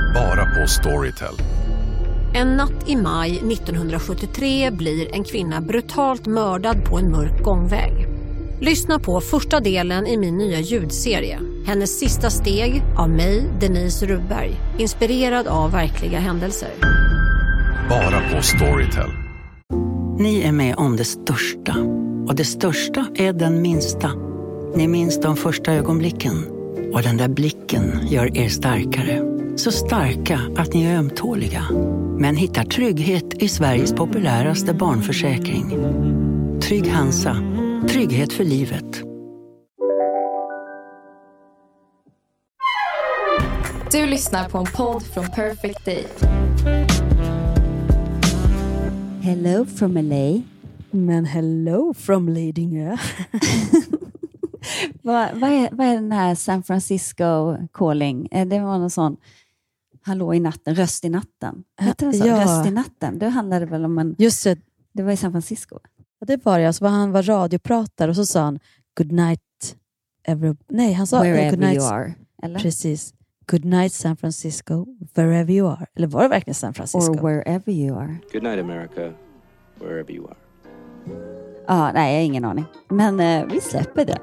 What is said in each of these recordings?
Bara på Storytel. En natt i maj 1973 blir en kvinna brutalt mördad på en mörk gångväg. Lyssna på första delen i min nya ljudserie. Hennes sista steg av mig, Denise Rubberg. Inspirerad av verkliga händelser. Bara på Storytel. Ni är med om det största. Och det största är den minsta. Ni minns de första ögonblicken. Och den där blicken gör er starkare. Så starka att ni är ömtåliga. Men hittar trygghet i Sveriges populäraste barnförsäkring. Trygg Hansa. Trygghet för livet. Du lyssnar på en podd från Perfect Day. Hello from LA. Men hello from Lidingö. Vad är den här San Francisco calling? Det var någon sån hallå i natten, röst i natten. Heter det så? Ja. Röst i natten. Det handlade väl om en... Just det var i San Francisco. Ja, det var det. Alltså, han var radiopratare och så sa han good night Nej, han sa wherever good night, you are. Eller? Precis. Good night San Francisco, wherever you are. Eller var det verkligen San Francisco? Or wherever you are. Good night America, wherever you are. Nej, jag har ingen aning. Men vi släpper det.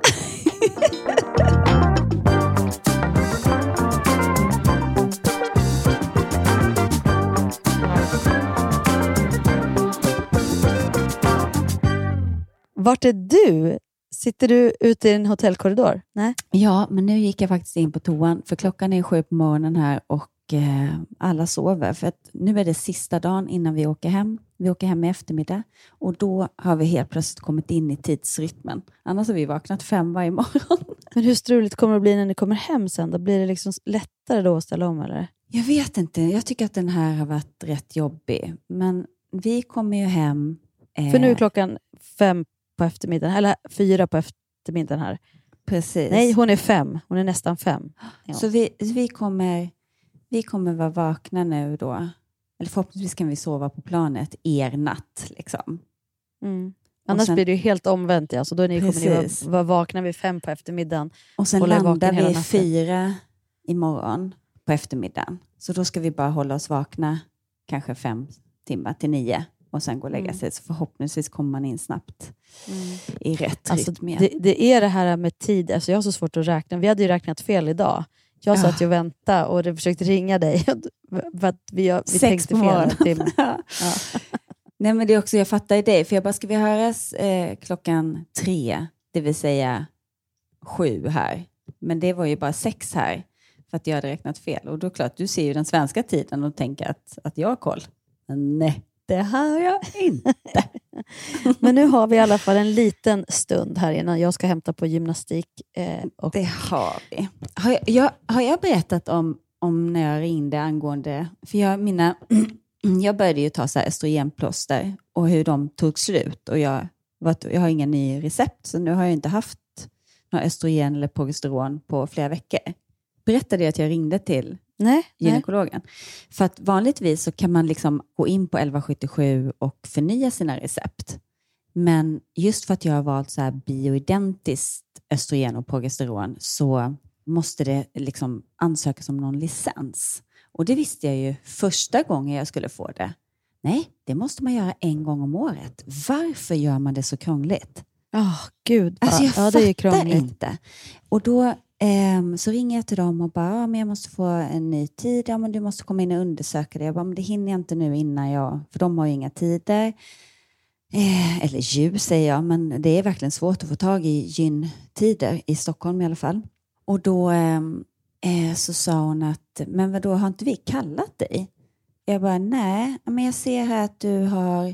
Vart är du? Sitter du ute i en hotellkorridor? Nej. Ja, men nu gick jag faktiskt in på toan. För klockan är 7 på morgonen här och alla sover. För att nu är det sista dagen innan vi åker hem. Vi åker hem i eftermiddag. Och då har vi helt plötsligt kommit in i tidsrytmen. Annars har vi vaknat 5 varje morgon. Men hur struligt kommer det bli när ni kommer hem sen? Då blir det liksom lättare då att ställa om, eller? Jag vet inte. Jag tycker att den här har varit rätt jobbig. Men vi kommer ju hem... För nu är klockan 5 på eftermiddagen. Eller 4 på eftermiddagen här. Precis. Nej, hon är 5. Hon är nästan 5. Ja. Så vi kommer vara vakna nu då. Eller förhoppningsvis kan vi sova på planet natt liksom. Mm. Annars blir det ju helt omvänt. Ja. Så då kommer ni vara vakna vid 5 på eftermiddagen. Och sen landar vi 4 imorgon på eftermiddagen. Så då ska vi bara hålla oss vakna kanske 5 timmar till 9. Och sen gå och lägga sig. Så förhoppningsvis kommer man in snabbt i rätt rytm. Det är det här med tid. Alltså jag har så svårt att räkna. Vi hade ju räknat fel idag. Jag satt ju och väntade och försökte ringa dig. För att vi tänkte fel timme. Ja. Nej, men det är också, jag fattar ju det. För jag bara, ska vi höras klockan 3? Det vill säga 7 här. Men det var ju bara 6 här. För att jag hade räknat fel. Och då klart, du ser ju den svenska tiden och tänker att jag har koll. Men nej. Det har jag inte. Men nu har vi i alla fall en liten stund här innan jag ska hämta på gymnastik. Och... Det har vi. Har jag berättat om när jag ringde angående... För jag började ju ta så här östrogenplåster och hur de tog slut. Och jag har ingen ny recept, så nu har jag inte haft några östrogen eller progesteron på flera veckor. Berättade jag att jag ringde till gynekologen. För att vanligtvis så kan man liksom gå in på 1177 och förnya sina recept. Men just för att jag har valt så här bioidentiskt östrogen och progesteron så måste det liksom ansökas om någon licens. Och det visste jag ju första gången jag skulle få det. Nej, det måste man göra 1 gång om året. Varför gör man det så krångligt? Gud. Alltså jag fattar det är krångligt. inte. Och då så ringer jag till dem och bara, men jag måste få en ny tid. Ja, men du måste komma in och undersöka det. Jag bara, men det hinner jag inte nu innan för de har ju inga tider. Eller ljus säger jag, men det är verkligen svårt att få tag i gyntider i Stockholm i alla fall. Och då så sa hon att, men vadå, har inte vi kallat dig? Jag bara, nej, men jag ser här att du har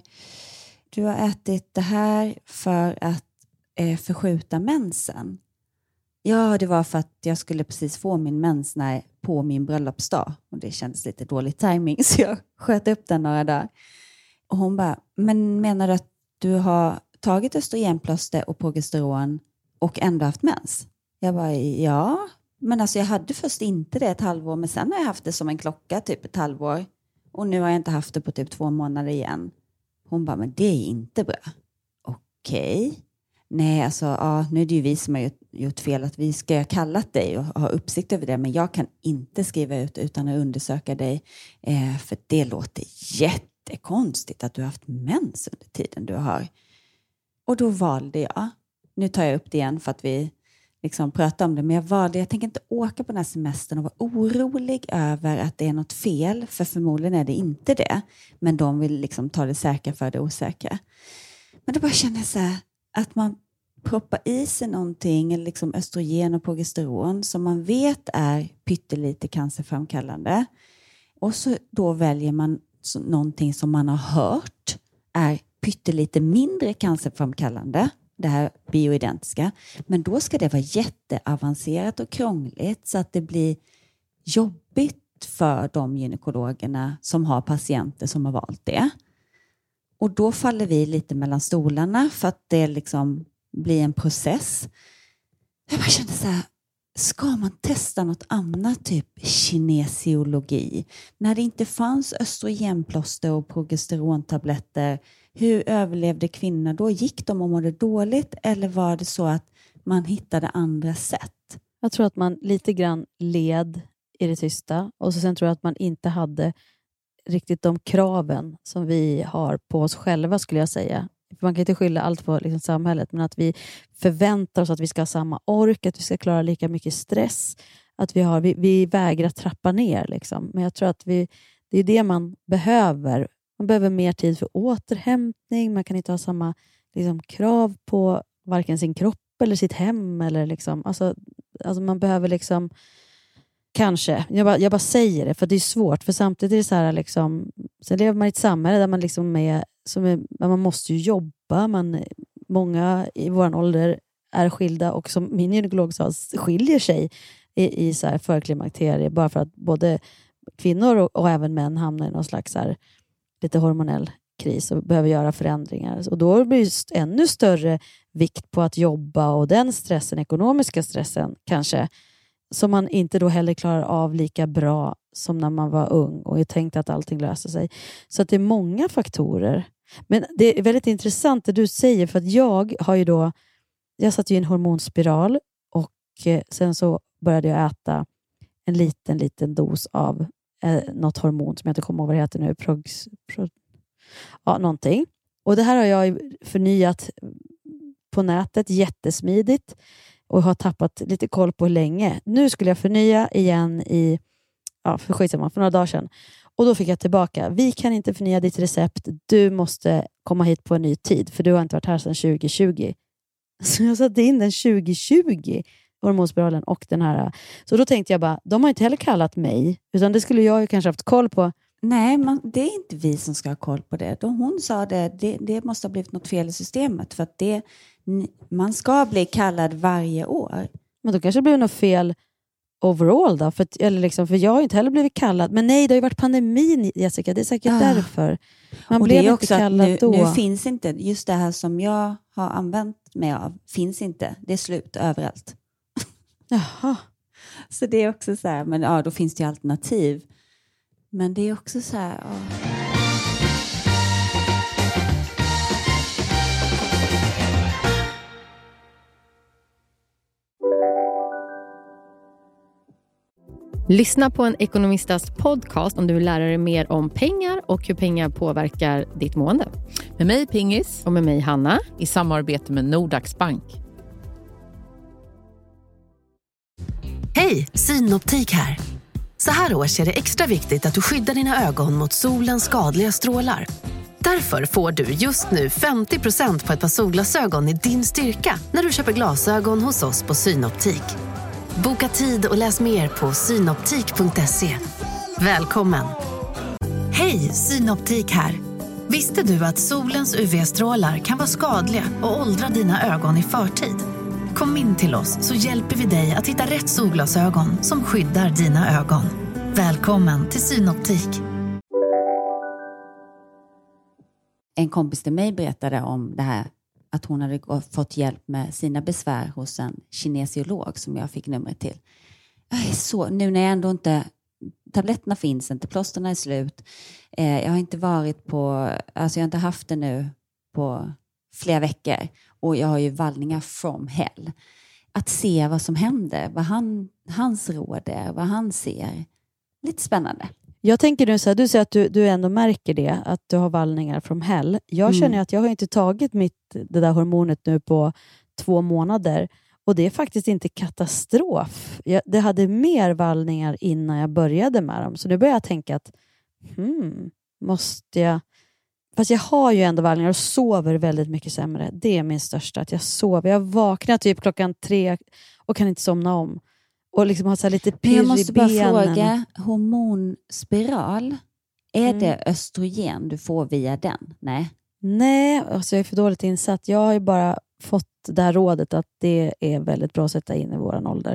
ätit det här för att förskjuta mensen. Ja, det var för att jag skulle precis få min mens på min bröllopsdag. Och det kändes lite dålig timing så jag sköt upp den några dagar. Och hon bara, men menar du att du har tagit östrogenplåster och progesteron och ändå haft mens? Jag bara, ja. Men alltså jag hade först inte det 1 halvår, men sen har jag haft det som en klocka typ 1 halvår. Och nu har jag inte haft det på typ 2 månader igen. Hon bara, men det är inte bra. Okej. Nej, alltså nu är det ju vi som har gjort fel. Att vi ska ha kallat dig och ha uppsikt över det. Men jag kan inte skriva ut utan att undersöka dig. För det låter jättekonstigt att du har haft mens under tiden du har. Och då valde jag. Nu tar jag upp det igen för att vi liksom pratar om det. Men jag tänker inte åka på den här semestern och vara orolig över att det är något fel. För förmodligen är det inte det. Men de vill liksom ta det säkra för det osäkra. Men då bara känner jag så här. Att man proppar i sig någonting, eller liksom östrogen och progesteron som man vet är pyttelite cancerframkallande. Och så då väljer man någonting som man har hört är pyttelite mindre cancerframkallande. Det här bioidentiska. Men då ska det vara jätteavancerat och krångligt så att det blir jobbigt för de gynekologerna som har patienter som har valt det. Och då faller vi lite mellan stolarna för att det liksom blir en process. Jag bara kände så här, ska man testa något annat, typ kinesiologi? När det inte fanns östrogenplåster och progesterontabletter, hur överlevde kvinnor då? Gick de och mådde dåligt eller var det så att man hittade andra sätt? Jag tror att man lite grann led i det tysta och så sen tror jag att man inte hade riktigt de kraven som vi har på oss själva, skulle jag säga. Man kan inte skylla allt på liksom samhället, men att vi förväntar oss att vi ska ha samma ork, att vi ska klara lika mycket stress, att vi vägrar trappa ner liksom. Men jag tror att det är det man behöver. Man behöver mer tid för återhämtning, man kan inte ha samma liksom krav på varken sin kropp eller sitt hem eller liksom, alltså man behöver liksom kanske, jag bara säger det för det är svårt, för samtidigt är det så här liksom, sen lever man i ett samhälle där man liksom man måste ju jobba, många i vår ålder är skilda och som min gynekolog sa, skiljer sig i så här förklimakterie bara för att både kvinnor och även män hamnar i någon slags så här, lite hormonell kris och behöver göra förändringar. Och då blir det ännu större vikt på att jobba och den stressen, ekonomiska stressen kanske, som man inte då heller klarar av lika bra som när man var ung och tänkte att allting löser sig. Så att det är många faktorer. Men det är väldigt intressant det du säger, för att jag satt ju i en hormonspiral och sen så började jag äta en liten dos av något hormon som jag inte kommer ihåg vad det heter nu. Någonting. Och det här har jag förnyat på nätet jättesmidigt och har tappat lite koll på hur länge. Nu skulle jag förnya igen för några dagar sedan. Och då fick jag tillbaka, vi kan inte förnya ditt recept, du måste komma hit på en ny tid för du har inte varit här sedan 2020. Så jag satte in den 2020, hormonspiralen och den här. Så då tänkte jag bara, de har inte heller kallat mig, utan det skulle jag ju kanske haft koll på. Nej, det är inte vi som ska ha koll på det. Då hon sa det måste ha blivit något fel i systemet för att man ska bli kallad varje år. Men då kanske det blir något fel overall då, för jag har ju inte heller blivit kallad. Men nej, det har ju varit pandemin, Jessica, det är säkert därför. Man och blev det är inte också kallad då. Nu finns inte, just det här som jag har använt mig av, finns inte. Det är slut överallt. Jaha. Så det är också så här, men då finns det ju alternativ. Men det är också så här. Lyssna på en ekonomistas podcast om du vill lära dig mer om pengar och hur pengar påverkar ditt mående. Med mig Pingis. Och med mig Hanna. I samarbete med Nordax Bank. Hej, Synoptik här. Så här års är det extra viktigt att du skyddar dina ögon mot solens skadliga strålar. Därför får du just nu 50% på ett par solglasögon i din styrka när du köper glasögon hos oss på Synoptik. Boka tid och läs mer på synoptik.se. Välkommen! Hej, Synoptik här. Visste du att solens UV-strålar kan vara skadliga och åldra dina ögon i förtid? Kom in till oss så hjälper vi dig att hitta rätt solglasögon som skyddar dina ögon. Välkommen till Synoptik. En kompis till mig berättade om det här, att hon hade fått hjälp med sina besvär hos en kinesiolog som jag fick numret till. Nu när jag ändå inte, tabletterna finns inte, plåsterna är slut. Jag har inte varit jag har inte haft det nu på flera veckor. och jag har ju vallningar from hell. Att se vad som händer, vad hans råd är, vad han ser. Lite spännande. Jag tänker nu så här, du säger att du ändå märker det, att du har vallningar from hell. Jag känner att jag har inte tagit det där hormonet nu på 2 månader. Och det är faktiskt inte katastrof. Det hade mer vallningar innan jag började med dem. Så nu börjar jag tänka att måste jag... Fast jag har ju ändå vallningar och sover väldigt mycket sämre. Det är min största, att jag sover. Jag vaknar typ 3:00 och kan inte somna om. Och liksom har så här lite pirr i benen. Jag måste bara fråga, hormonspiral, är det östrogen du får via den? Nej, alltså jag är för dåligt insatt. Jag har ju bara fått det här rådet att det är väldigt bra att sätta in i våran ålder.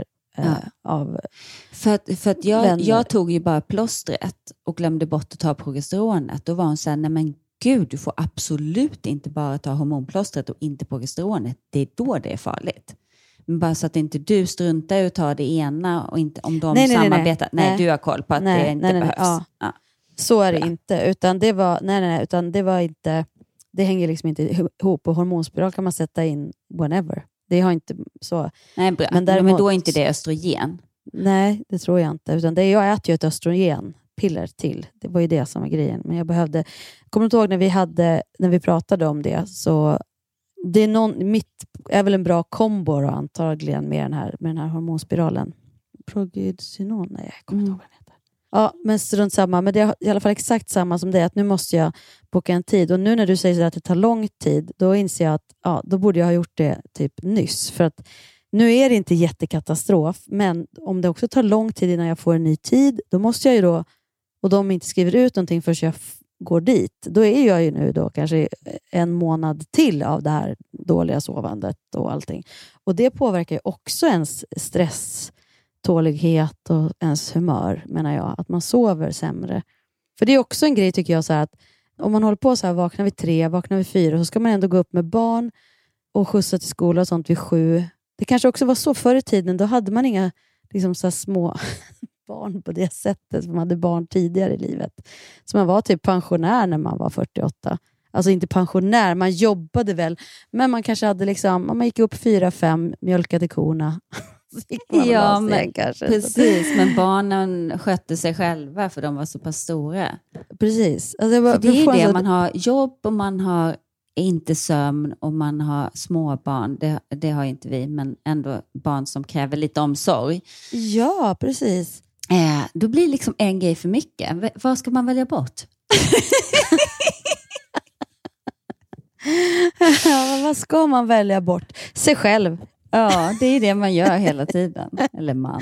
Av för att jag tog ju bara plåstret och glömde bort att ta progesteronet. Då var hon så här, nej men gud, du får absolut inte bara ta hormonplåstret och inte progesteronet. Det är då det är farligt. Men bara så att inte du struntar och tar det ena och inte om de samarbetar. Nej, du har koll på att det inte behövs. Ja. Så är det inte. Utan det var, utan det var inte, det hänger liksom inte ihop. Och hormonspiral kan man sätta in whenever. Det har inte så. Nej, bra. Men då är inte det östrogen. Nej, det tror jag inte. Utan jag äter ju ett östrogenpiller till. Det var ju det som var grejen. Men jag behövde, kommer du inte ihåg när vi pratade om det, så det är mitt är väl en bra kombo då, antagligen med den här hormonspiralen. Progesteron, nej, jag kommer inte ihåg vad den heter. Ja, men strunt samma. Men det är i alla fall exakt samma som det, att nu måste jag boka en tid. Och nu när du säger att det tar lång tid, då inser jag att då borde jag ha gjort det typ nyss. För att nu är det inte jättekatastrof, men om det också tar lång tid innan jag får en ny tid, då måste jag ju då, och de inte skriver ut någonting förrän jag går dit, då är jag ju nu då kanske 1 månad till av det här dåliga sovandet och allting. Och det påverkar ju också ens stresstålighet och ens humör, menar jag, att man sover sämre. För det är också en grej, tycker jag, så här, att om man håller på så här, vaknar vid 3, vaknar vid 4, så ska man ändå gå upp med barn och skjutsa till skola och sånt vid 7. Det kanske också var så förr i tiden, då hade man inga liksom så här små barn på det sättet, som man hade barn tidigare i livet. Så man var typ pensionär när man var 48. Alltså inte pensionär, man jobbade väl, men man kanske hade liksom, man gick upp 4-5, mjölkade korna. Ja, men precis, men barnen skötte sig själva för de var så pass stora. Precis. Alltså det är det, man har jobb och man har inte sömn och man har små barn. Det har inte vi, men ändå barn som kräver lite omsorg. Ja, precis. Då blir liksom en grej för mycket. Vad ska man välja bort? Ja, vad ska man välja bort? Sig själv. Ja, det är det man gör hela tiden. Eller man.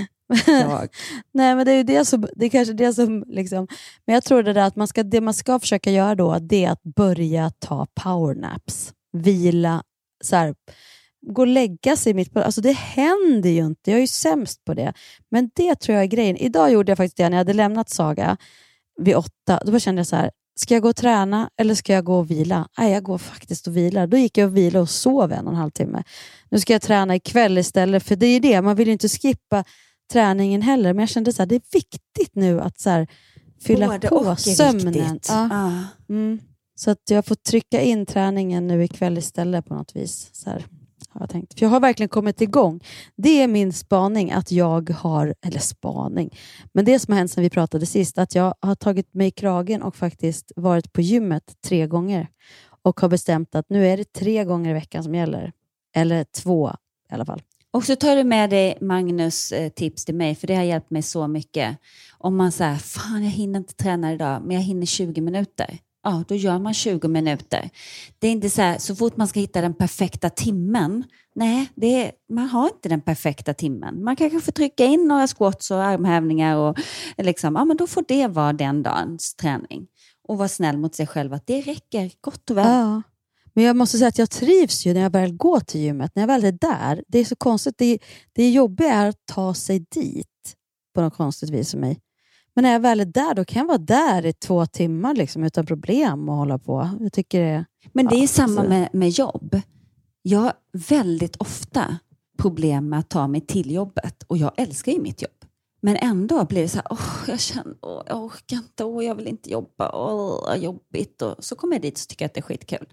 Nej, men det är ju det är kanske det som liksom, men jag tror att det man ska försöka göra då, det är att börja ta powernaps. Vila, så här, gå och lägga sig mitt på, alltså det händer ju inte, jag är ju sämst på det, men det tror jag är grejen. Idag gjorde jag faktiskt det när jag hade lämnat Saga vid 8, då kände jag så här, ska jag gå och träna eller ska jag gå och vila? Nej, jag går faktiskt och vilar. Då gick jag och vila och sov 1,5 timme. Nu ska jag träna ikväll istället, för det är det, man vill ju inte skippa träningen heller, men jag kände så här, det är viktigt nu att så här, fylla både på sömnen. Ja. Så att jag får trycka in träningen nu ikväll istället på något vis. Så här, har jag tänkt. För jag har verkligen kommit igång. Det är min spaning att jag har, eller spaning, men det som har hänt sedan vi pratade sist, att jag har tagit mig i kragen och faktiskt varit på gymmet 3 gånger och har bestämt att nu är det 3 gånger i veckan som gäller. Eller 2 i alla fall. Och så tar du med dig Magnus tips till mig, för det har hjälpt mig så mycket. Om man säger, fan jag hinner inte träna idag, men jag hinner 20 minuter. Ja, då gör man 20 minuter. Det är inte så här, så fort man ska hitta den perfekta timmen. Nej, man har inte den perfekta timmen. Man kanske får trycka in några squats och armhävningar och liksom, ja men då får det vara den dagens träning. Och vara snäll mot sig själv att det räcker gott och väl. Ja. Men jag måste säga att jag trivs ju när jag väl går till gymmet. När jag väl är där. Det är så konstigt. Det jobbiga är att ta sig dit. På något konstigt vis för mig. Men när jag väl är där, då kan jag vara där i 2 timmar liksom, utan problem och hålla på. Jag tycker det. Men det är samma med jobb. Jag har väldigt ofta problem med att ta mig till jobbet. Och jag älskar ju mitt jobb. Men ändå blir det så här, jag känner, jag orkar inte, jag vill inte jobba, jobbigt. Och så kommer jag dit och tycker att det är skitkul.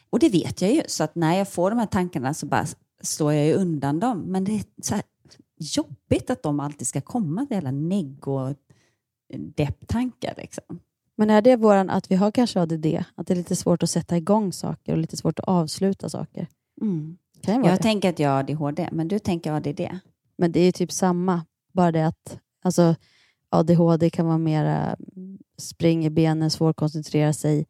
Och det vet jag ju. Så att när jag får de här tankarna så bara slår jag ju undan dem. Men det är så här jobbigt att de alltid ska komma till hela negg och depptankar liksom. Men är det att vi har kanske ADD? Att det är lite svårt att sätta igång saker och lite svårt att avsluta saker? Jag tänker att jag har ADHD, men du tänker ADD. Men det är ju typ samma. Bara det att alltså, ADHD kan vara mera spring i benen, svår att koncentrera sig.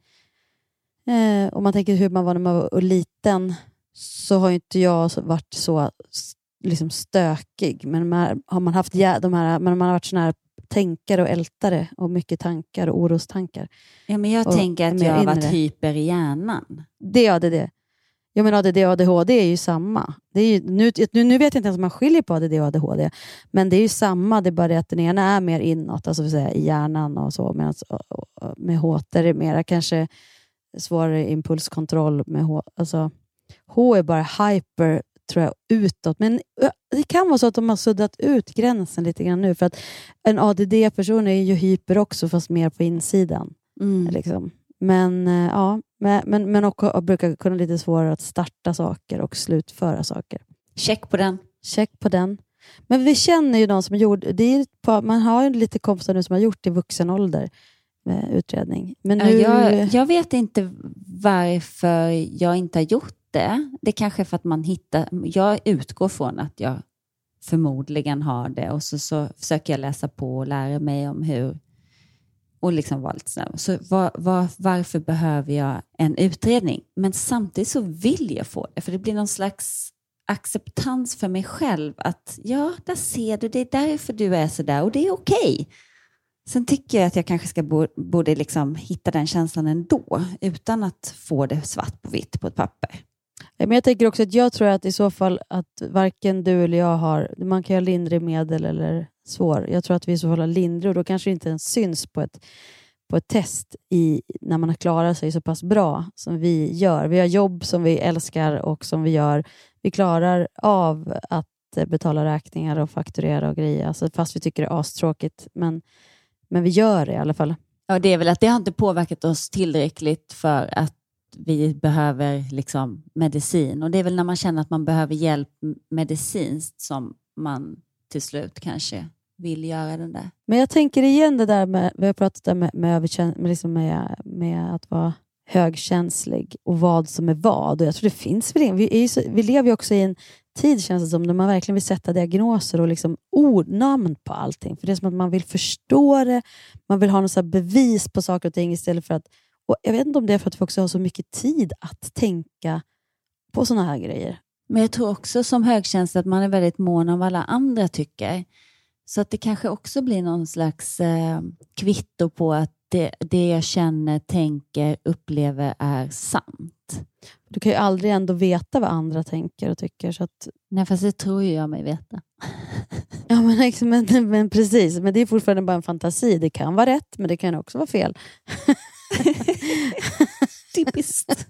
Om man tänker hur man var när man var liten, så har inte jag varit så liksom stökig. Men har man haft men man har varit sån här tänkare och ältare och mycket tankar och orostankar. Ja, men jag tänker att jag har varit hyper i hjärnan. Det är ADD. Jag menar ADD och ADHD är ju samma. Det är ju, nu vet jag inte ens om man skiljer på ADD och ADHD. Men det är ju samma. Det är bara det att den ena är mer inåt, alltså säga, i hjärnan och så. Medan med HT är det mera kanske svårare impulskontroll. Alltså, H är bara hyper, tror jag, utåt. Men det kan vara så att de har suddat ut gränsen lite grann nu. För att en ADD-person är ju hyper också, fast mer på insidan. Liksom. Men ja, men också brukar kunna lite svårare att starta saker och slutföra saker. Check på den. Men vi känner ju de som gjorde, man har ju lite kompisar nu som har gjort i vuxen ålder med utredning. Men nu, jag vet inte varför jag inte har gjort det. Det är kanske för att jag utgår från att jag förmodligen har det, och så försöker jag läsa på och lära mig om hur, och liksom vara lite snäll. Så varför behöver jag en utredning? Men samtidigt så vill jag få det. För det blir någon slags acceptans för mig själv. Att ja, där ser du. Det är därför du är så där. Och det är okej. Sen tycker jag att jag kanske borde liksom hitta den känslan ändå. Utan att få det svart på vitt på ett papper. Men jag tänker också att jag tror att i så fall att varken du eller jag har, man kan ha lindrig, medel eller svår. Jag tror att vi i så fall har lindrig, och då kanske det inte ens syns på ett test när man har klarat sig så pass bra som vi gör. Vi har jobb som vi älskar och som vi klarar av att betala räkningar och fakturera och grejer. Alltså, fast vi tycker det är astråkigt. Men vi gör det i alla fall. Ja, det är väl att det har inte påverkat oss tillräckligt för att vi behöver liksom medicin. Och det är väl när man känner att man behöver hjälp medicinskt som man till slut kanske vill göra den där. Men jag tänker igen det där med, vi har pratat där med att vara högkänslig och vad som är vad. Och jag tror det finns väl vi lever ju också i en tid, känns det som, när man verkligen vill sätta diagnoser och liksom ordnamn på allting. För det är som att man vill förstå det. Man vill ha något så här bevis på saker och ting istället för att, och jag vet inte om det är för att vi också har så mycket tid att tänka på såna här grejer. Men jag tror också som högkänslig att man är väldigt mån om vad alla andra tycker. Så att det kanske också blir någon slags kvitto på att det jag känner, tänker, upplever är sant. Du kan ju aldrig ändå veta vad andra tänker och tycker. Så att... Nej, fast det tror jag mig veta. Ja, men precis. Men det är fortfarande bara en fantasi. Det kan vara rätt, men det kan också vara fel. Typiskt.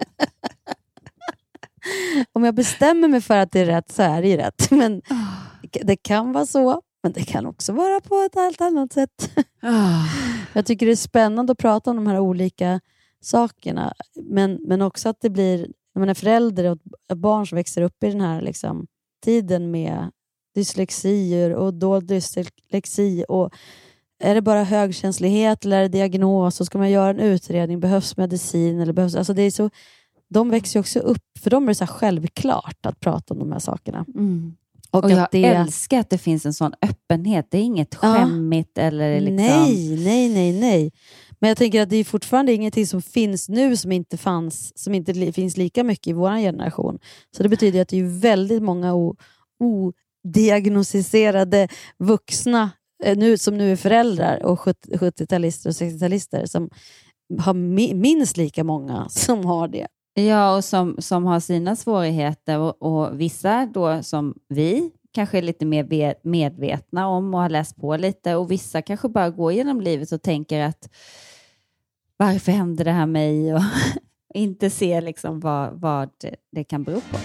Om jag bestämmer mig för att det är rätt så är det rätt. Men det kan vara så. Men det kan också vara på ett helt annat sätt. Jag tycker det är spännande att prata om de här olika sakerna. Men också att det blir, när man är förälder och barn som växer upp i den här liksom, tiden med dyslexier och dold dyslexi. Och är det bara högkänslighet eller är det diagnos? Och ska man göra en utredning? Behövs medicin? Eller behövs, alltså det är så, de växer ju också upp. För dem är det så här självklart att prata om de här sakerna. Mm. Och jag älskar att det finns en sån öppenhet. Det är inget skämmigt eller liksom... Nej. Men jag tänker att det är fortfarande ingenting som finns nu som inte finns lika mycket i vår generation. Så det betyder att det är väldigt många odiagnostiserade vuxna som nu är föräldrar och 70-talister och 60-talister som har minst lika många som har det. Ja, och som har sina svårigheter och vissa då som vi kanske är lite mer medvetna om och har läst på lite, och vissa kanske bara går genom livet och tänker att varför händer det här mig och inte ser liksom vad det kan bero på.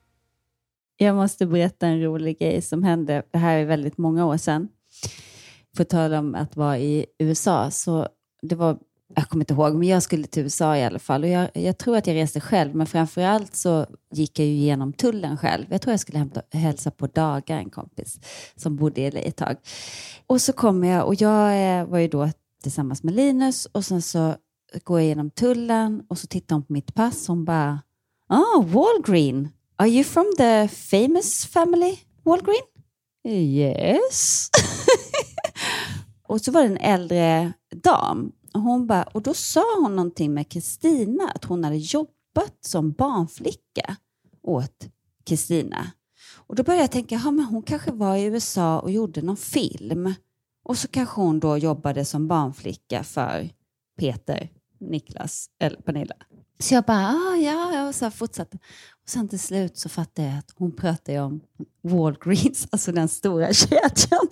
Jag måste berätta en rolig grej som hände, det här är väldigt många år sedan. på tal om att vara i USA, så det var, jag kommer inte ihåg, men jag skulle till USA i alla fall. Och jag tror att jag reste själv, men framförallt så gick jag ju igenom tullen själv. Jag tror jag skulle hälsa på Daga, en kompis som bodde i LA ett tag. Och så kom jag, och jag var ju då tillsammans med Linus, och sen så går jag igenom tullen och så tittar hon på mitt pass. Hon bara, Walgreen. Are you from the famous family, Walgreen? Yes. Och så var det en äldre dam. Och hon bara, och då sa hon någonting med Kristina, att hon hade jobbat som barnflicka åt Kristina. Och då började jag tänka, men hon kanske var i USA och gjorde någon film. Och så kanske hon då jobbade som barnflicka för Peter, Niklas eller Pernilla. Så jag bara, ja, och så fortsatte. Och sen till slut så fattade jag att hon pratade om Walgreens, alltså den stora kedjan.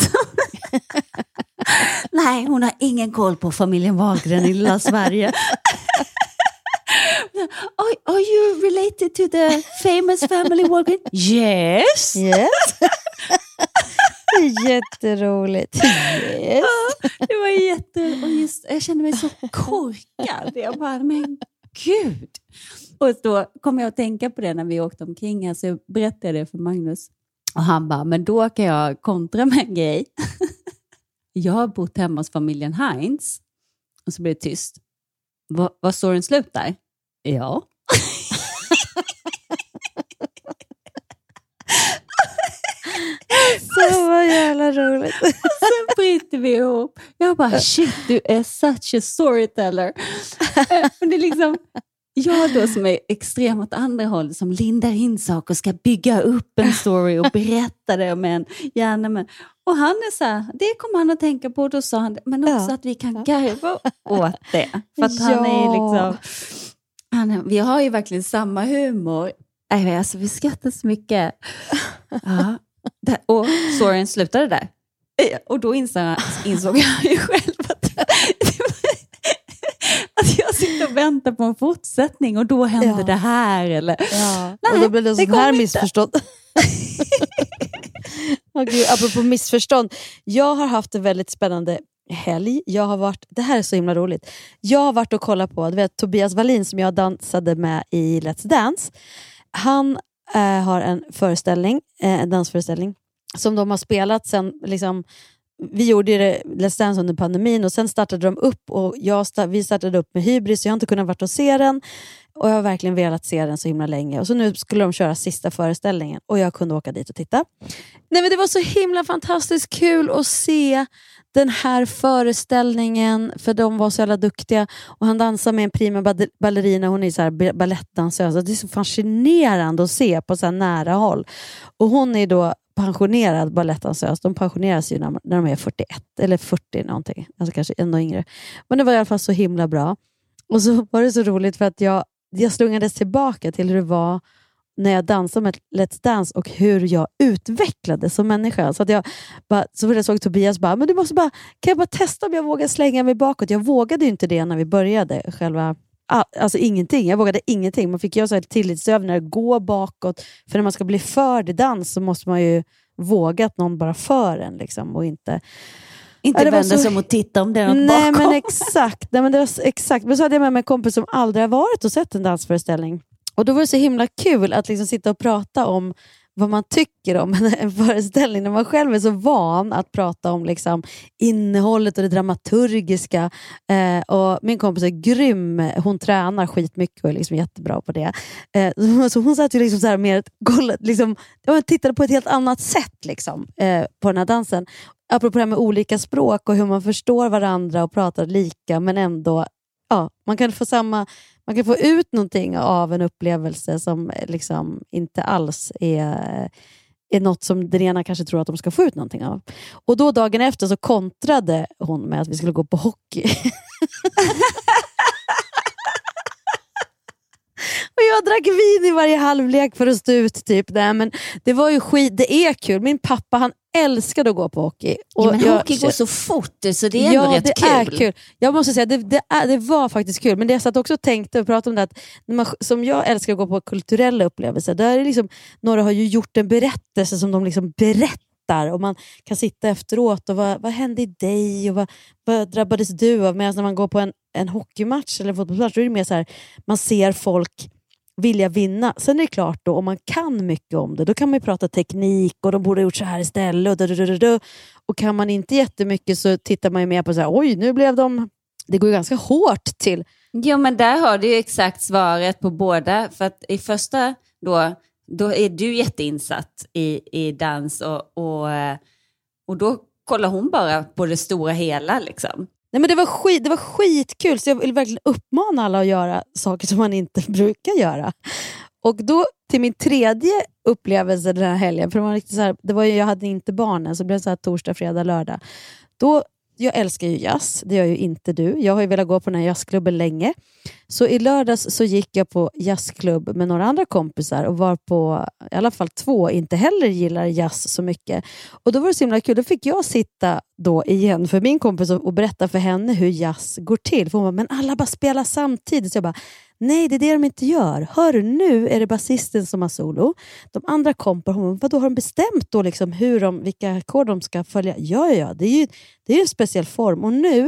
Nej, hon har ingen koll på familjen Wahlgren i lilla Sverige. Are you related to the famous family Wahlgren? Yes. Jätteroligt. Yes. Det var jätteroligt. Och just, jag kände mig så korkad. Jag bara, men gud. Och då kom jag att tänka på det när vi åkte omkring här, så jag berättade det för Magnus. Och han bara, men då kan jag kontra med en grej. Jag har bott hemma hos familjen Heinz. Och så blev det tyst. Vad storyn slutar? Ja. Så var jävla roligt. Sen bryter vi ihop. Jag bara, shit, du är such a storyteller. Det är liksom jag då som är extrem åt andra håll, som lindar in saker och ska bygga upp en story och berätta det med gärna med. Och han är så här, det kommer han att tänka på. Då sa han, men också att vi kan garva åt det. För att han är liksom, vi har ju verkligen samma humor. Alltså vi skrattar så mycket. Ja. Och storyn slutade där. Och då insåg jag ju själv att jag sitter och väntar på en fortsättning och då händer det här. Eller? Ja. Nej, och då blir det sån här missförstånd. Gud, apropå missförstånd. Jag har haft en väldigt spännande helg. Det här är så himla roligt. Jag har varit och kollat på, du vet, Tobias Wallin som jag dansade med i Let's Dance. Han har en dansföreställning som de har spelat sen liksom, vi gjorde det Let's Dance under pandemin och sen startade de upp och vi startade upp med Hybris, så jag har inte kunnat varit och se den och jag har verkligen velat se den så himla länge, och så nu skulle de köra sista föreställningen och jag kunde åka dit och titta. Nej, men det var så himla fantastiskt kul att se den här föreställningen, för de var så jävla duktiga och han dansar med en prima ballerina, hon är så här balettdansös och det är så fascinerande att se på så här nära håll, och hon är då pensionerad balettdansös. De pensioneras ju när de är 41 eller 40 någonting, alltså kanske ännu yngre, men det var i alla fall så himla bra. Och så var det så roligt för att jag slungades tillbaka till hur det var när jag dansade med Let's Dance och hur jag utvecklades som människa. Så att jag såg Tobias bara, men du måste bara, kan jag bara testa om jag vågar slänga mig bakåt? Jag vågade ju inte det när vi började själva, alltså ingenting. Jag vågade ingenting. Man fick göra så här tillitsövningar, gå bakåt. För när man ska bli förd i dans så måste man ju våga att någon bara för en liksom, och inte vända sig om och titta om det är något bakom. Men exakt. Nej, men det var exakt. Men så hade jag med mig en kompis som aldrig har varit och sett en dansföreställning. Och då var det så himla kul att liksom sitta och prata om vad man tycker om en föreställning när man själv är så van att prata om liksom innehållet och det dramaturgiska. Och min kompis är grym. Hon tränar skitmycket och är liksom jättebra på det. Så hon satt ju liksom så här med liksom, tittade på ett helt annat sätt liksom, på den här dansen. Apropå det här med olika språk och hur man förstår varandra och pratar lika, men ändå man kan få ut någonting av en upplevelse som liksom inte alls är något som den ena kanske tror att de ska få ut någonting av. Och då dagen efter så kontrade hon med att vi skulle gå på hockey. Och jag drack vin i varje halvlek för att stå ut typ. Nej, men det var ju det är kul. Min pappa, han älskade att gå på hockey. Och men hockey går så fort så det är ändå rätt kul. Ja, det är kul. Jag måste säga, det var faktiskt kul. Men det jag satt också och tänkte och pratade om det att som jag älskar att gå på kulturella upplevelser, där är liksom, några har ju gjort en berättelse som de liksom berättar skrattar och man kan sitta efteråt och vad hände i dig och vad drabbades du av? Medan när man går på en hockeymatch eller en fotbollsmatch, då är det mer så här, man ser folk vilja vinna. Sen är det klart då, om man kan mycket om det, då kan man ju prata teknik och de borde ha gjort så här istället och kan man inte jättemycket så tittar man ju mer på så här, oj, nu blev det går ju ganska hårt till. Jo, men där har du ju exakt svaret på båda, för att i första då är du jätteinsatt i dans och då kollar hon bara på det stora hela liksom. Nej, men det var skitkul, så jag vill verkligen uppmana alla att göra saker som man inte brukar göra. Och då till min tredje upplevelse den här helgen, för det var riktigt så här, jag hade inte barnen, så det blev så här torsdag, fredag, lördag. Jag älskar ju jazz, det gör ju inte du. Jag har ju velat gå på den här jazzklubben länge. Så i lördags så gick jag på jazzklubb med några andra kompisar och var på i alla fall 2 inte heller gillar jazz så mycket. Och då var det så himla kul. Då fick jag sitta då igen för min kompis och berätta för henne hur jazz går till. För hon bara, men alla bara spelar samtidigt. Så jag bara, nej, det är det de inte gör. Hör du, nu är det basisten som har solo. De andra hon bara, då har de bestämt då liksom vilka ackord de ska följa? Ja, det är ju en speciell form. Och nu,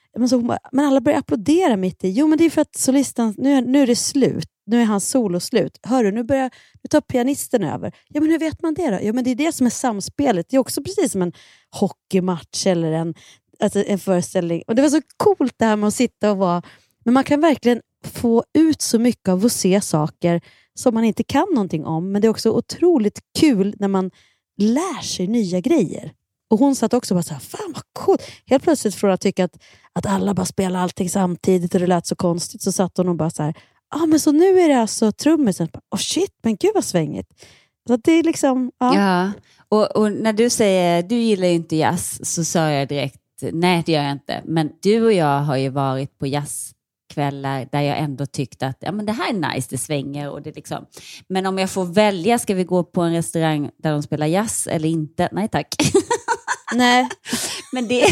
men alla börjar applådera mitt i. Jo, men det är för att solisten, nu är det slut. Nu är hans solo slut. Hör du, nu tar pianisten över. Ja, men hur vet man det då? Ja, men det är det som är samspelet. Det är också precis som en hockeymatch eller en föreställning. Och det var så coolt det här med att sitta och vara. Men man kan verkligen få ut så mycket av att se saker som man inte kan någonting om. Men det är också otroligt kul när man lär sig nya grejer. Och hon satt också och bara så här, fan vad coolt. Helt plötsligt från att tycka att alla bara spelar allting samtidigt och det lät så konstigt, så satt hon och bara så här, men så nu är det alltså trummisen. Shit, men gud vad svängigt. Så det är liksom, ja. Och när du säger, du gillar ju inte jazz, så sa jag direkt, nej det gör jag inte. Men du och jag har ju varit på jazzkvällar där jag ändå tyckte att men det här är nice, det svänger och det liksom. Men om jag får välja, ska vi gå på en restaurang där de spelar jazz eller inte? Nej tack. Nej. Men det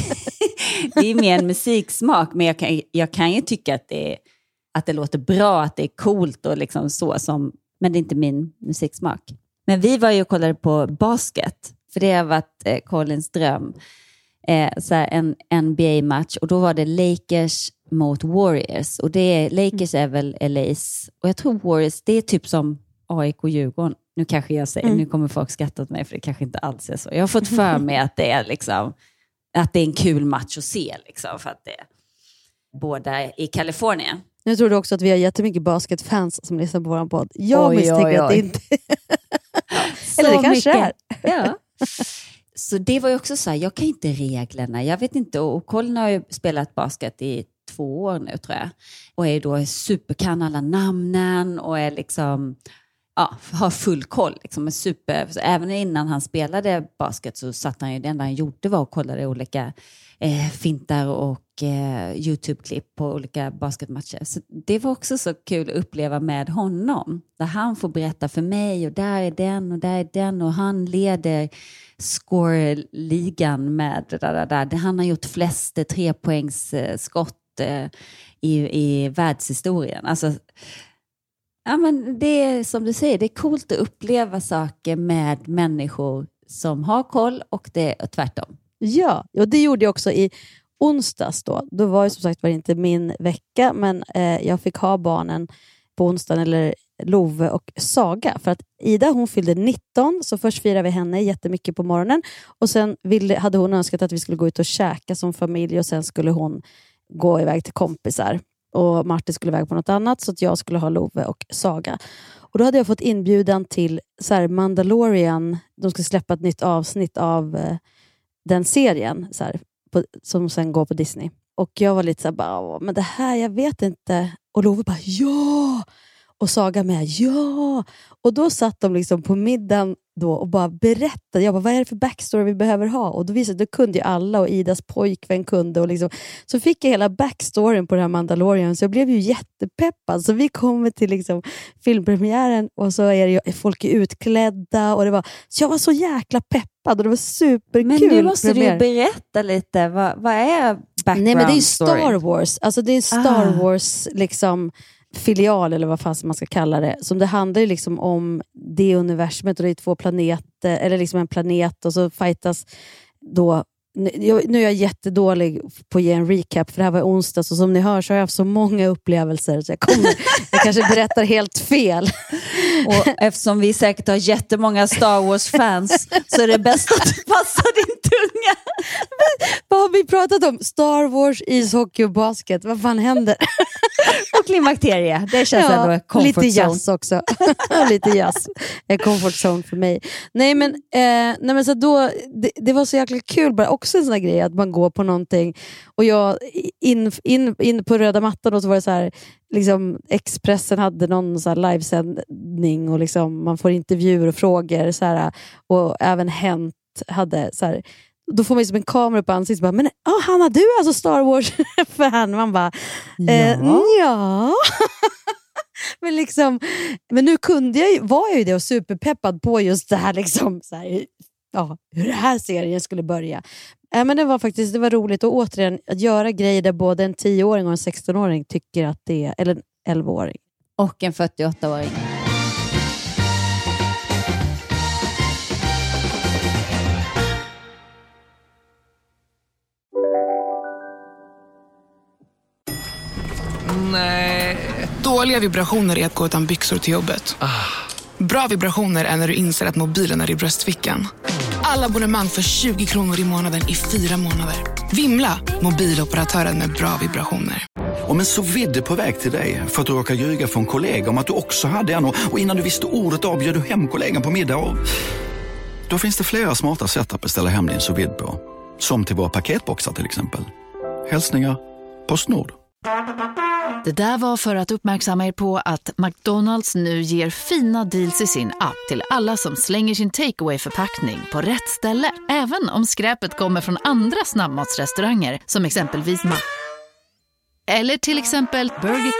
är mer en musiksmak, men jag kan ju tycka att det låter bra, att det är coolt och liksom så som, men det är inte min musiksmak. Men vi var ju och kollade på basket, för det har varit Collins dröm. Så här en NBA-match, och då var det Lakers mot Warriors, och Lakers är väl LA's, och jag tror Warriors, det är typ som AIK och Djurgården. Nu kanske jag säger, nu kommer folk skratta åt mig, för det kanske inte alls är så. Jag har fått för mig att det är liksom, att det är en kul match att se liksom, för att det är båda i Kalifornien. Nu tror du också att vi har jättemycket basketfans som lyssnar på vår podd. Jag misstänker att det inte eller det kanske är. Ja. Så det var ju också så här, jag kan inte reglerna. Jag vet inte, och Colin har ju spelat basket i 2 år nu tror jag. Och är då superkan alla namnen och är liksom, har full koll. Liksom, så även innan han spelade basket så satt han ju, det enda han gjorde var att kolla olika fintar och YouTube-klipp på olika basketmatcher. Så det var också så kul att uppleva med honom. Där han får berätta för mig, och där är den och där är den, och han leder score-ligan med där. Han har gjort flest 3-poängsskott i världshistorien. Alltså, ja, men det är som du säger, det är coolt att uppleva saker med människor som har koll, och det är tvärtom. Ja, och det gjorde jag också i onsdags då. Då var det som sagt var inte min vecka, men jag fick ha barnen på onsdagen, eller Love och Saga. För att Ida, hon fyllde 19, så först firade vi henne jättemycket på morgonen. Och sen hade hon önskat att vi skulle gå ut och käka som familj, och sen skulle hon gå iväg till kompisar. Och Martin skulle iväg på något annat, så att jag skulle ha Love och Saga. Och då hade jag fått inbjudan till så här, Mandalorian. De ska släppa ett nytt avsnitt av den serien så här, som sen går på Disney. Och jag var lite så här, men det här, jag vet inte. Och Love bara, ja! Och Saga med, ja! Och då satt de liksom på middagen då och bara berättade. Jag bara, vad är det för backstory vi behöver ha? Och då visade, då kunde ju alla, och Idas pojkvän kunde. Och liksom, så fick jag hela backstoryn på det här Mandalorian. Så jag blev ju jättepeppad. Så vi kommer till liksom filmpremiären, och så är det ju, folk är utklädda. Och det var, så jag var så jäkla peppad, och det var superkul. Men nu måste du berätta lite, vad är background? Nej, men det är Star Wars. Alltså det är Star Wars liksom. filial eller vad fan man ska kalla det, som det handlar ju liksom om det universumet och det är 2 planeter eller liksom en planet och så fightas då. Nu är jag jättedålig på att ge en recap för det här var onsdag, så som ni hör så har jag haft så många upplevelser så jag kanske berättar helt fel. Och eftersom vi säkert har jättemånga Star Wars-fans så är det bäst att du passar din tunga. Vad har vi pratat om? Star Wars, ishockey och basket. Vad fan händer? Och klimakterie. Det känns ändå comfort lite zone. jazz också. Lite jazz. En comfort zone för mig. Nej men så då det var så jäkla kul bara. Också en sån här grej att man går på någonting och jag in på röda mattan och så var det så här liksom Expressen hade någon så här livesändning och liksom man får intervjuer och frågor så här, och även Hänt hade så här. Då får man som en kamera på ansiktet bara, men Hanna, du är alltså Star Wars-fan. Man bara, ja. men nu var jag ju det och superpeppad på just det här liksom så här, hur det här serien skulle börja. Men det var roligt och återigen att göra grejer där både en 10-åring och en 16-åring tycker att det är, eller en 11-åring. Och en 48-åring. Nej. Dåliga vibrationer är att gå utan byxor till jobbet. Bra vibrationer är när du inser att mobilen är i bröstfickan. Alla abonnemang för 20 kronor i månaden i 4 månader. Vimla, mobiloperatören med bra vibrationer. Om en sous vide är på väg till dig för att du råkar ljuga från kollega om att du också hade en och innan du visste ordet av bjöd du hem kollegan på middag och... Då finns det flera smarta sätt att beställa hem din sous vide på. Som till våra paketboxar till exempel. Hälsningar PostNord. Det där var för att uppmärksamma er på att McDonalds nu ger fina deals i sin app till alla som slänger sin takeaway-förpackning på rätt ställe. Även om skräpet kommer från andra snabbmatsrestauranger som exempelvis eller till exempel Burger.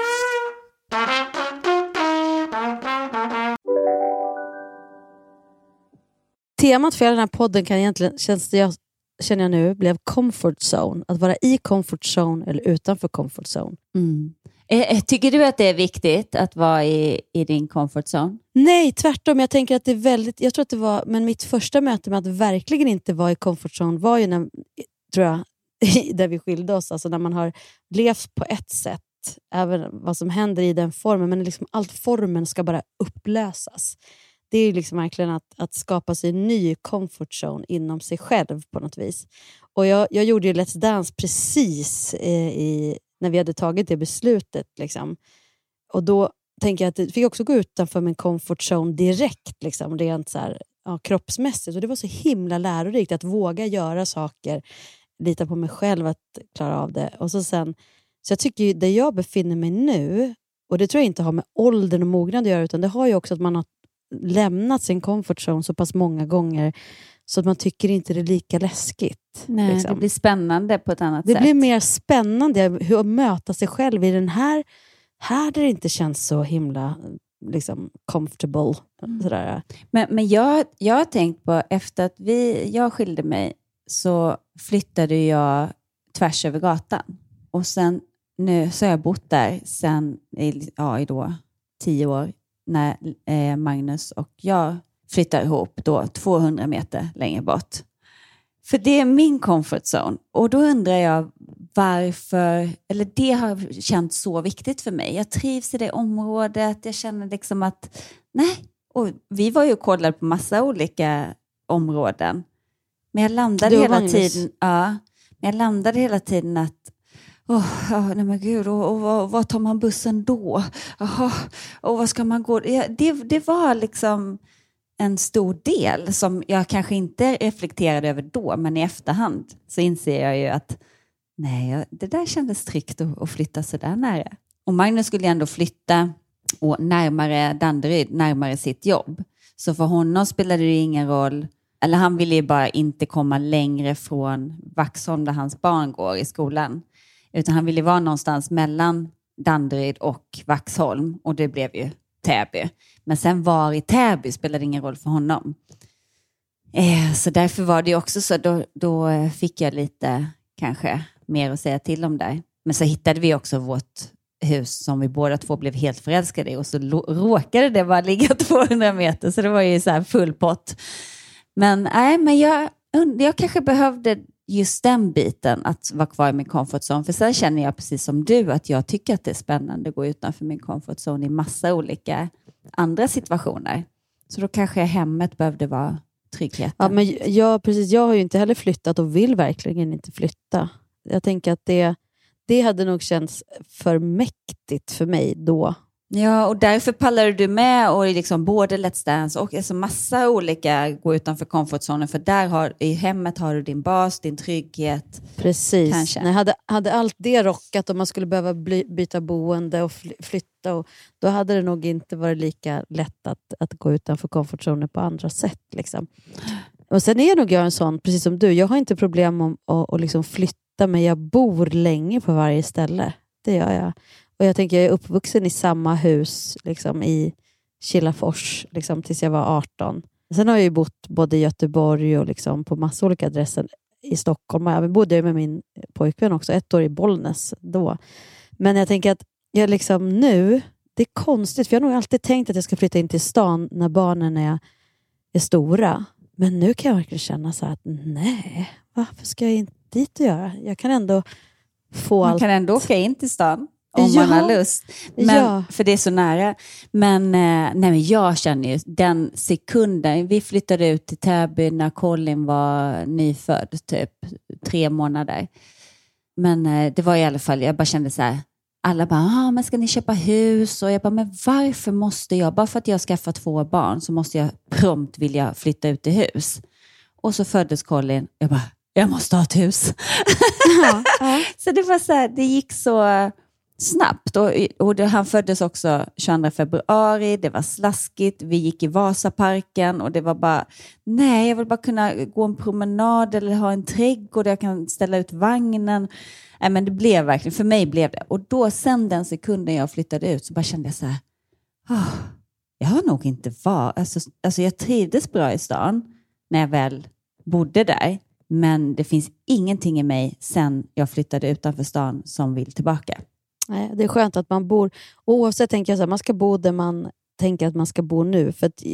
Temat för den här podden kan egentligen, känner jag nu, blev comfort zone. Att vara i comfort zone eller utanför comfort zone. Mm. Tycker du att det är viktigt att vara i din comfort zone? Nej, tvärtom. Jag tänker att det är väldigt... Jag tror att det var... Men mitt första möte med att verkligen inte vara i comfort zone var ju när, tror jag, där vi skilde oss. Alltså när man har levt på ett sätt. Även vad som händer i den formen. Men liksom allt formen ska bara upplösas. Det är ju liksom verkligen att skapa sig en ny comfort zone inom sig själv på något vis. Och jag gjorde ju Let's Dance precis när vi hade tagit det beslutet. Liksom. Och då tänker jag att det fick också gå utanför min comfort zone direkt. Liksom, rent så här, kroppsmässigt. Och det var så himla lärorikt att våga göra saker. Lita på mig själv att klara av det. Och så jag tycker ju, där jag befinner mig nu. Och det tror jag inte har med åldern och mognad att göra. Utan det har ju också att man har lämnat sin comfort zone så pass många gånger så att man tycker inte det är lika läskigt. Nej, liksom. Det blir spännande på ett annat sätt. Det blir mer spännande hur att möta sig själv i den här där det inte känns så himla liksom comfortable. Sådär. Men jag har tänkt på, efter att jag skilde mig så flyttade jag tvärs över gatan. Och sen nu så har jag bott där sen i 10 år. När Magnus och jag flyttar ihop då 200 meter längre bort. För det är min comfort zone. Och då undrar jag varför, eller det har känts så viktigt för mig. Jag trivs i det området. Jag känner liksom att, nej. Och vi var ju och kollade på massa olika områden. Men jag landade hela tiden att nej men gud, och vad tar man bussen då? Och vad ska man gå? Det var liksom en stor del som jag kanske inte reflekterade över då, men i efterhand så inser jag ju att nej, det där kändes tryggt att flytta så där nära. Och Magnus skulle ändå flytta och närmare Danderyd, närmare sitt jobb. Så för honom spelade det ingen roll, eller han ville ju bara inte komma längre från Vaxholm där hans barn går i skolan. Utan han ville vara någonstans mellan Danderyd och Vaxholm. Och det blev ju Täby. Men sen var i Täby spelade ingen roll för honom. Så därför var det också så. Då fick jag lite kanske mer att säga till om där. Men så hittade vi också vårt hus som vi båda två blev helt förälskade i. Och så råkade det bara ligga 200 meter. Så det var ju så här full pott. Men jag kanske behövde just den biten att vara kvar i min comfort zone. För sen känner jag precis som du att jag tycker att det är spännande att gå utanför min comfort zone i massa olika andra situationer. Så då kanske hemmet behövde vara tryggheten. Ja, men jag har ju inte heller flyttat och vill verkligen inte flytta. Jag tänker att det hade nog känts för mäktigt för mig då. Ja, och därför pallade du med och liksom både Let's Dance och alltså massa olika gå utanför komfortzonen. För där i hemmet har du din bas, din trygghet. Precis. Kanske. Nej, hade allt det rockat och man skulle behöva byta boende och flytta. Och då hade det nog inte varit lika lätt att gå utanför komfortzonen på andra sätt. Liksom. Och sen är nog jag en sån, precis som du. Jag har inte problem om att liksom flytta, men jag bor länge på varje ställe. Det gör jag. Och jag tänker, jag är uppvuxen i samma hus liksom, i Kilafors liksom, tills jag var 18. Sen har jag ju bott både i Göteborg och liksom, på massa olika adresser i Stockholm. Jag bodde med min pojkvän också 1 år i Bollnäs då. Men jag tänker att jag liksom nu, det är konstigt, för jag har nog alltid tänkt att jag ska flytta in till stan när barnen är stora. Men nu kan jag verkligen känna så här att nej, varför ska jag inte dit och göra? Jag kan ändå få Man kan ändå åka in till stan. Om man har lust. Men, för det är så nära. Men jag känner ju den sekunden. Vi flyttade ut till Täby när Colin var nyfödd. Typ 3 månader. Men det var i alla fall, jag bara kände så här. Alla bara, men ska ni köpa hus? Och jag bara, men varför måste jag? Bara för att jag har skaffat 2 barn så måste jag prompt vilja flytta ut i hus. Och så föddes Colin. Jag bara, jag måste ha ett hus. Så det var så här, det gick så snabbt. Och han föddes också 22 februari. Det var slaskigt. Vi gick i Vasaparken och det var bara, nej, jag vill bara kunna gå en promenad eller ha en trädgård där jag kan ställa ut vagnen. Nej, men det blev verkligen, för mig blev det. Och då sen den sekunden jag flyttade ut så bara kände jag så här, jag har nog inte varit, alltså jag trivdes bra i stan när jag väl bodde där. Men det finns ingenting i mig sen jag flyttade utanför stan som vill tillbaka. Nej, det är skönt att man bor, oavsett tänker jag så här, man ska bo där man tänker att man ska bo nu. För att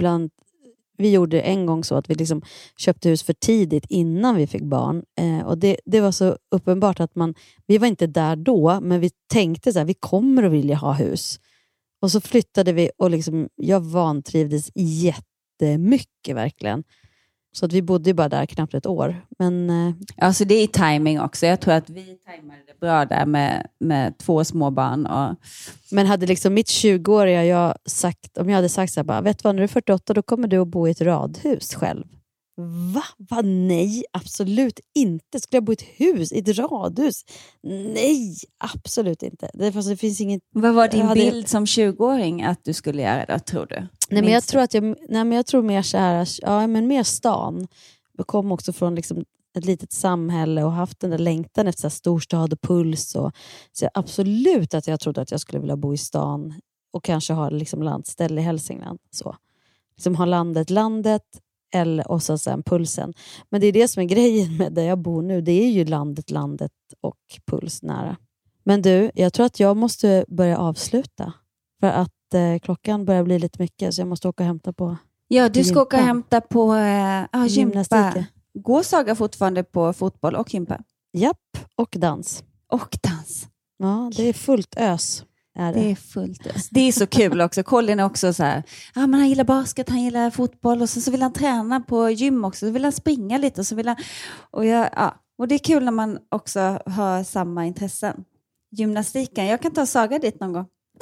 vi gjorde en gång så att vi liksom köpte hus för tidigt innan vi fick barn. Och det var så uppenbart att vi var inte där då, men vi tänkte så här, vi kommer att vilja ha hus. Och så flyttade vi och liksom, jag vantrivdes jättemycket verkligen. Så att vi bodde bara där knappt 1 år. Men, alltså det är timing också. Jag tror att vi tajmade det bra där med 2 små barn. Men hade liksom mitt 20-åriga om jag hade sagt så här, bara, vet du vad, när du är 48 då kommer du att bo i ett radhus själv. Va? Nej, absolut inte. Skulle jag bo i ett hus, i ett radhus? Nej, absolut inte. Det finns inget. Vad var din bild som 20-åring att du skulle göra det, tror du? Nej, men jag tror mer så här, ja, men mer stan. Jag kom också från liksom ett litet samhälle och haft den där längtan efter så här storstad och puls. Så absolut att jag trodde att jag skulle vilja bo i stan och kanske ha liksom landställe i Hälsingland. Så. Liksom ha landet och så sen pulsen. Men det är det som är grejen med där jag bor nu. Det är ju landet och puls nära. Men du, jag tror att jag måste börja avsluta. För att klockan börjar bli lite mycket så jag måste åka och hämta på. Ja, du ska åka och hämta på gymnastik. Går Saga fortfarande på fotboll och gympa? Japp, och dans. Och dans. Ja, det är fullt ös. Det är fullt ös. Det är så kul också. Colin är också så här, men han gillar basket, han gillar fotboll och så vill han träna på gym också. Så vill han springa lite och så vill han... Och det är kul när man också har samma intressen. Gymnastiken, jag kan ta Saga dit någon gång.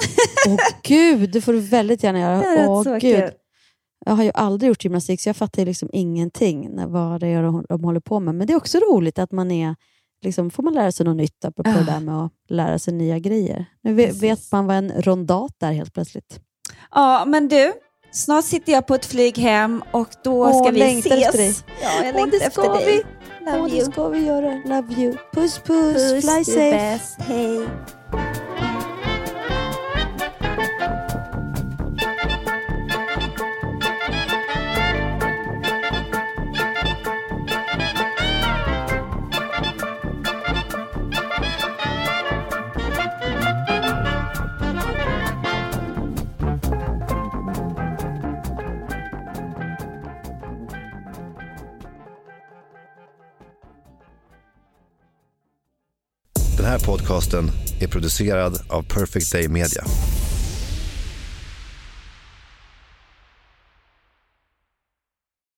Gud, det får du väldigt gärna göra. Det är så kul. Jag har ju aldrig gjort gymnastik så jag fattar liksom ingenting vad det är de håller på med. Men det är också roligt att man är liksom, får man lära sig något nytt på det där med att lära sig nya grejer. Nu vet man vad en rondat är helt plötsligt. Ja, men du, snart sitter jag på ett flyg hem och då ska vi ses. Efter dig. Ja, jag längtar efter dig. Love you. Det ska vi göra. Love you. Puss. Fly safe. Bäst. Hej. Den här podcasten är producerad av Perfect Day Media.